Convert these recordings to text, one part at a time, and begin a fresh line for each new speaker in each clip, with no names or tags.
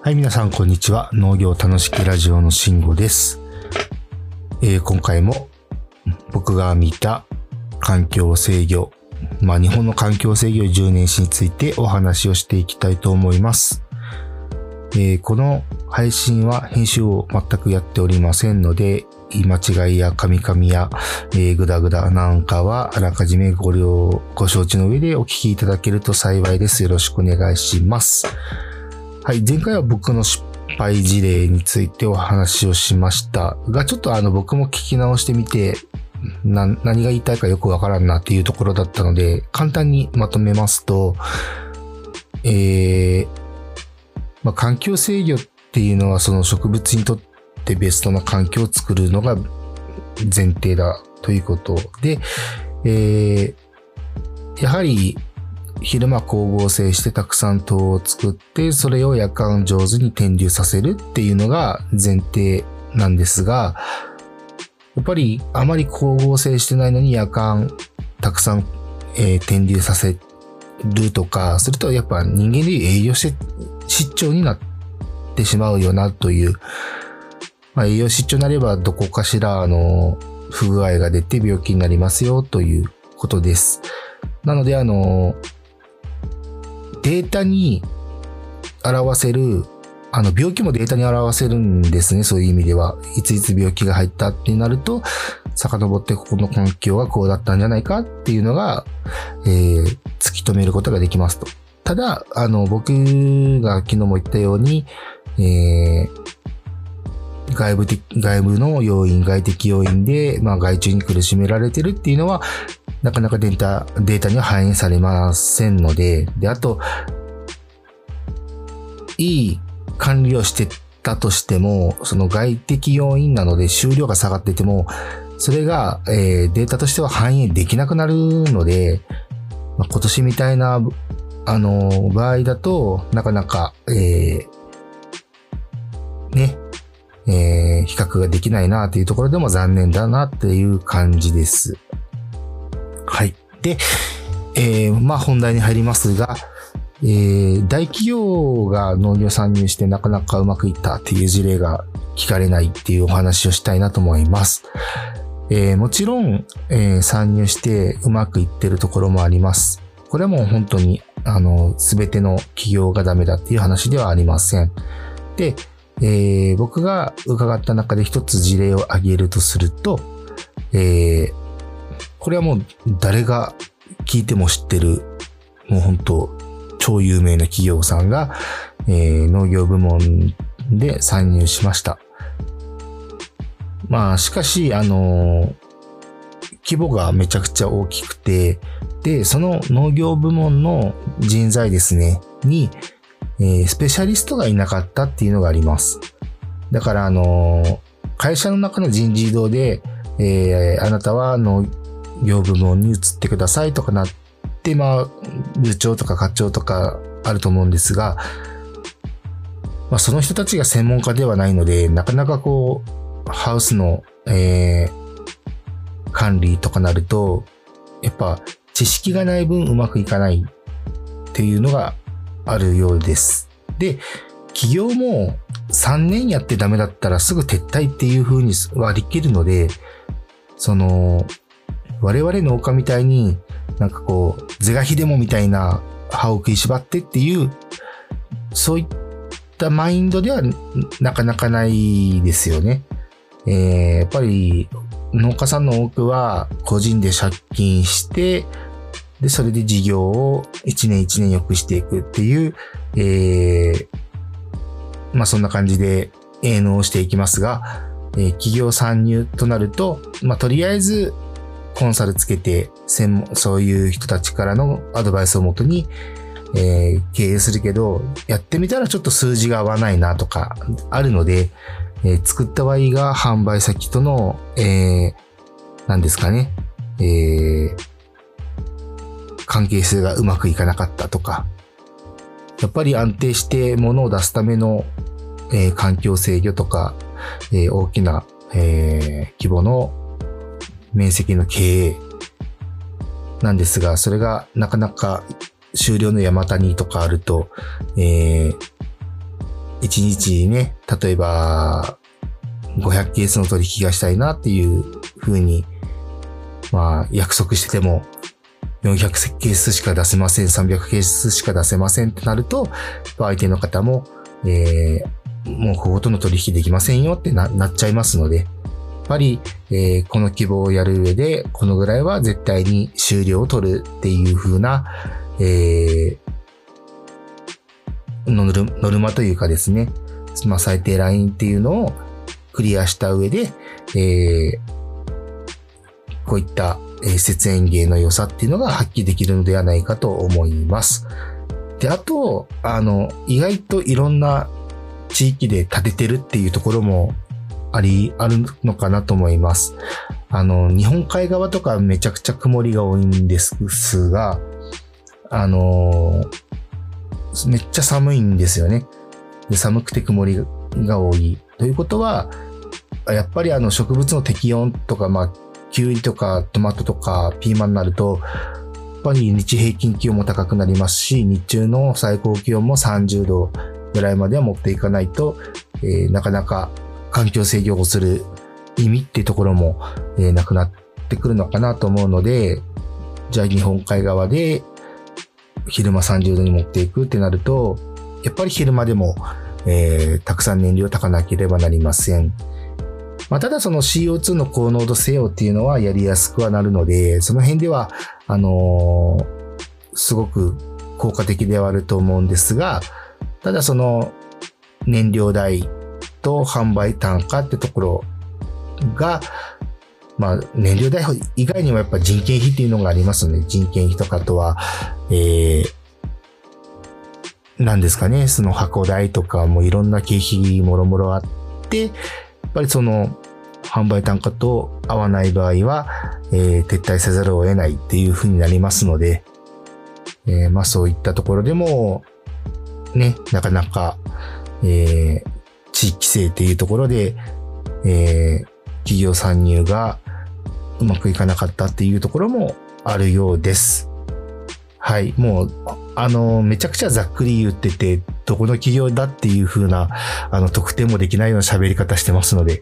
はい、皆さんこんにちは。農業楽しきラジオのしんごです。今回も僕が見た環境制御、日本の環境制御10年史についてお話をしていきたいと思います。この配信は編集を全くやっておりませんので、言い間違いや噛み噛みや、グダグダなんかはあらかじめご承知の上でお聞きいただけると幸いです。よろしくお願いします。はい、前回は僕の失敗事例についてお話をしましたが、ちょっと僕も聞き直してみて、何が言いたいかよくわからんなっていうところだったので、簡単にまとめますと、環境制御っていうのはその植物にとってベストな環境を作るのが前提だということで、やはり昼間光合成してたくさん糖を作って、それを夜間上手に転流させるっていうのが前提なんですが、やっぱりあまり光合成してないのに夜間たくさん、転流させるとか、するとやっぱ人間でいう栄養失調になってしまうよなという、栄養失調になればどこかしら不具合が出て病気になりますよということです。なのでデータに表せる、病気もデータに表せるんですね。そういう意味では。いついつ病気が入ったってなると、遡ってここの環境がこうだったんじゃないかっていうのが、突き止めることができますと。ただ、僕が昨日も言ったように、外部の要因、外的要因で、害虫に苦しめられてるっていうのは、なかなかデータには反映されませんので、あと、いい管理をしてたとしても、その外的要因なので収量が下がってても、それが、データとしては反映できなくなるので、今年みたいな、場合だと、なかなか、比較ができないなというところでも残念だなっていう感じです。はい。で、本題に入りますが、大企業が農業参入してなかなかうまくいったっていう事例が聞かれないっていうお話をしたいなと思います。もちろん、参入してうまくいってるところもあります。これはもう本当に、すべての企業がダメだっていう話ではありません。で、僕が伺った中で一つ事例を挙げるとすると、これはもう誰が聞いても知ってる、もう本当超有名な企業さんが、農業部門で参入しました。しかし、規模がめちゃくちゃ大きくて、で、その農業部門の人材ですね、に、スペシャリストがいなかったっていうのがあります。だから、会社の中の人事異動で、あなたは農業部門に移ってくださいとかなって、部長とか課長とかあると思うんですが、その人たちが専門家ではないので、なかなかハウスの、管理とかなると、やっぱ知識がない分うまくいかないっていうのがあるようです。で、企業も3年やってダメだったらすぐ撤退っていう風に割り切るので、我々農家みたいに是が非でもみたいな歯を食いしばってっていう、そういったマインドではなかなかないですよね。やっぱり農家さんの多くは個人で借金して、で、それで事業を一年一年良くしていくっていう、そんな感じで営農をしていきますが、企業参入となると、とりあえずコンサルつけて、そういう人たちからのアドバイスをもとに、経営するけど、やってみたらちょっと数字が合わないなとかあるので、作った場合が販売先との、何ですかね、関係性がうまくいかなかったとか、やっぱり安定して物を出すための、環境制御とか、大きな、規模の面積の経営なんですが、それがなかなか終了の山谷とかあると、 1日にね、例えば、500ケースの取引がしたいなっていう風に、まあ、約束してても、400ケースしか出せません、300ケースしか出せませんってなると、相手の方も、もうこことの取引できませんよってなっちゃいますので、やっぱり、この規模をやる上で、このぐらいは絶対に終了を取るっていう風な、ノルマというかですね、まあ、最低ラインっていうのをクリアした上で、こういった、設営芸の良さっていうのが発揮できるのではないかと思います。で、あと、意外といろんな地域で立ててるっていうところもあるのかなと思います。日本海側とかめちゃくちゃ曇りが多いんですが、めっちゃ寒いんですよね。で、寒くて曇りが多い。ということは、やっぱり植物の適温とか、まあ、キュウリとかトマトとかピーマンになると、やっぱり日平均気温も高くなりますし、日中の最高気温も30度ぐらいまでは持っていかないと、なかなか環境制御をする意味っていうところも、なくなってくるのかなと思うので、じゃあ日本海側で昼間30度に持っていくってなると、やっぱり昼間でも、たくさん燃料を炊かなければなりません。まあ、ただその CO2 の高濃度製用っていうのはやりやすくはなるので、その辺では、すごく効果的ではあると思うんですが、ただその燃料代と販売単価ってところが、まあ燃料代以外にもやっぱ人件費っていうのがありますので、人件費とかとは、何ですかね、その箱代とかもいろんな経費もろもろあって、やっぱりその販売単価と合わない場合は、撤退せざるを得ないっていう風になりますので、まあそういったところでもね、なかなか、地域性っていうところで、企業参入がうまくいかなかったっていうところもあるようです。はい。もう、めちゃくちゃざっくり言ってて、どこの企業だっていう風な、特定もできないような喋り方してますので、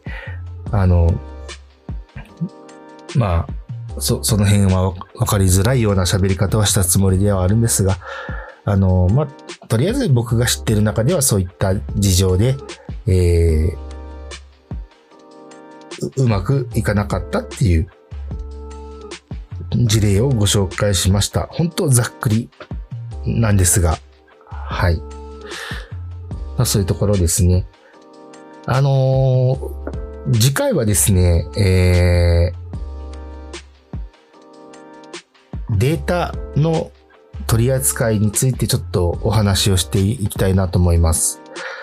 まあ、その辺は分かりづらいような喋り方はしたつもりではあるんですが、まあ、とりあえず僕が知ってる中ではそういった事情で、うまくいかなかったっていう事例をご紹介しました。本当ざっくりなんですが、はい。まあ、そういうところですね。次回はですね、データの取り扱いについてちょっとお話をしていきたいなと思います。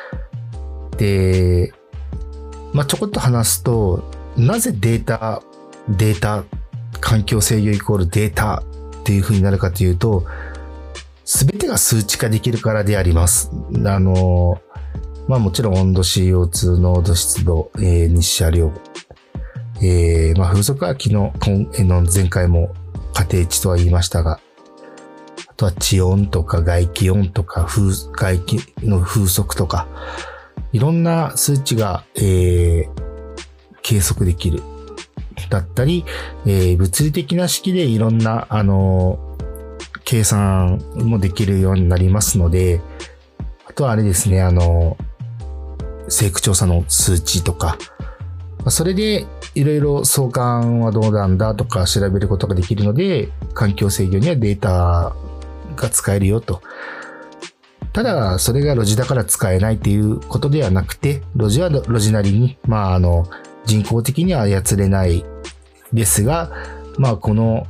で、まあ、ちょこっと話すと、なぜデータ、環境制御イコールデータっていう風になるかというと、すべてが数値化できるからであります。まあもちろん温度 CO2 濃度湿度、日射量、まあ風速は前回も仮定値とは言いましたが、あとは地温とか外気温とか外気の風速とか、いろんな数値が、計測できる。だったり、物理的な式でいろんな、計算もできるようになりますので、あとはあれですね、生区調査の数値とか、それでいろいろ相関はどうなんだとか調べることができるので、環境制御にはデータが使えるよと。ただ、それがロジだから使えないっていうことではなくて、ロジはロジなりに、まあ、人工的には操れないですが、まあ、この、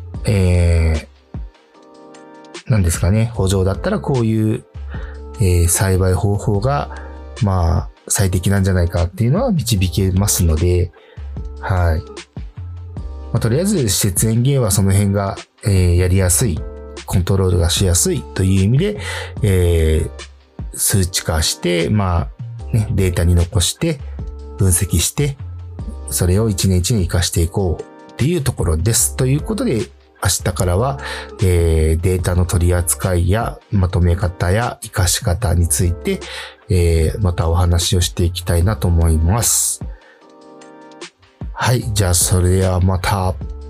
何ですかね、補助だったらこういう、栽培方法が、まあ、最適なんじゃないかっていうのは導けますので、はい。まあ、とりあえず、施設園芸はその辺が、やりやすい。コントロールがしやすいという意味で、数値化して、まあ、ね、データに残して、分析して、それを一年一年活かしていこうっていうところです。ということで、 明日からは、データの取り扱いやまとめ方や活かし方について、またお話をしていきたいなと思います。はい。じゃあ、それではまた。